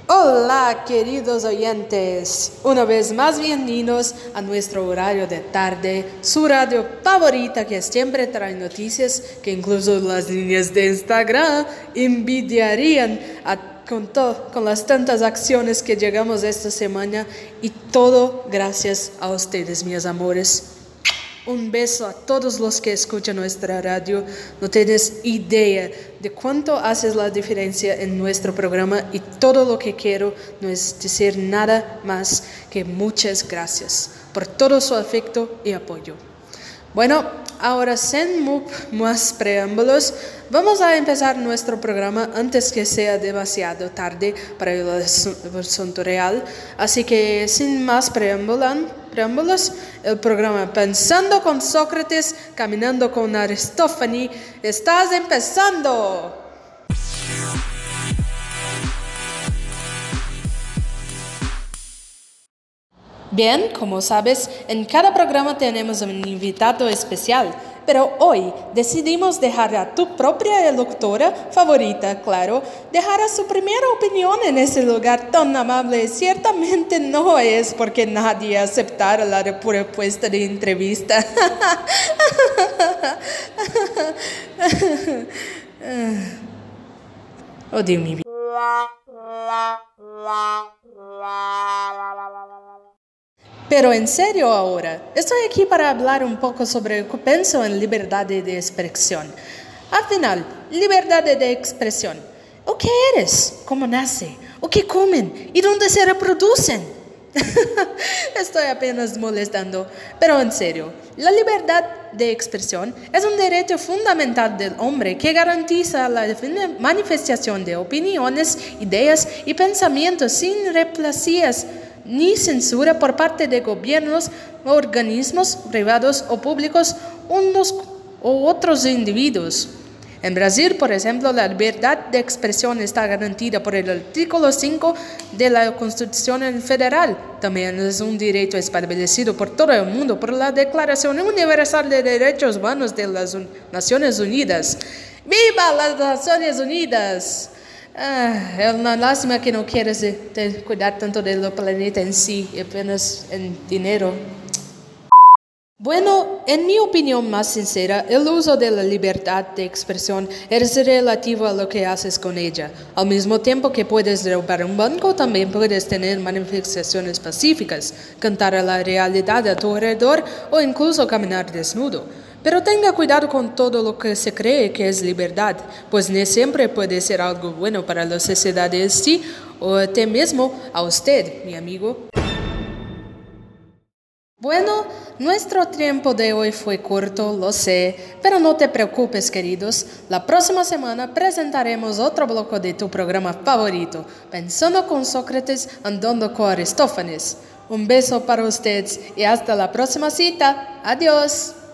Hola, queridos oyentes. Una vez más bienvenidos a nuestro horario de tarde, su radio favorita que siempre trae noticias que incluso las niñas de Instagram envidiarían con las tantas acciones que llegamos esta semana y todo gracias a ustedes, mis amores. Un beso a todos los que escuchan nuestra radio. No tienes idea de cuánto haces la diferencia en nuestro programa y todo lo que quiero no es decir nada más que muchas gracias por todo su afecto y apoyo. Bueno, ahora sin más preámbulos, vamos a empezar nuestro programa antes que sea demasiado tarde para el asunto real. Así que sin más preámbulos, el programa Pensando con Sócrates, Caminando con Aristófanes, ¡estás empezando! Bien, como sabes, en cada programa tenemos un invitado especial, pero hoy decidimos dejar a tu propia locutora favorita, claro, dejar a su primera opinión en ese lugar tan amable. Ciertamente no es porque nadie aceptara la propuesta de entrevista. Odio mi vida. Pero en serio ahora, estoy aquí para hablar un poco sobre lo que pienso en libertad de expresión. Al final, libertad de expresión. ¿O qué eres? ¿Cómo nace? ¿O qué comen? ¿Y dónde se reproducen? Estoy apenas molestando. Pero en serio, la libertad de expresión es un derecho fundamental del hombre que garantiza la manifestación de opiniones, ideas y pensamientos sin represalias ni censura por parte de gobiernos, organismos privados o públicos, unos u otros individuos. En Brasil, por ejemplo, la libertad de expresión está garantida por el artículo 5 de la Constitución Federal. También es un derecho establecido por todo el mundo por la Declaración Universal de Derechos Humanos de las Naciones Unidas. ¡Viva las Naciones Unidas! Es una lástima que no quieres cuidar tanto del planeta en sí, apenas en dinero. Bueno, en mi opinión más sincera, el uso de la libertad de expresión es relativo a lo que haces con ella. Al mismo tiempo que puedes robar un banco, también puedes tener manifestaciones pacíficas, cantar a la realidad a tu alrededor o incluso caminar desnudo. Pero tenga cuidado con todo lo que se cree que es libertad, pues no siempre puede ser algo bueno para la sociedad en sí o a ti mismo, a usted, mi amigo. Bueno, nuestro tiempo de hoy fue corto, lo sé, pero no te preocupes, queridos. La próxima semana presentaremos otro bloque de tu programa favorito, Pensando con Sócrates, Andando con Aristófanes. Un beso para ustedes y hasta la próxima cita. Adiós.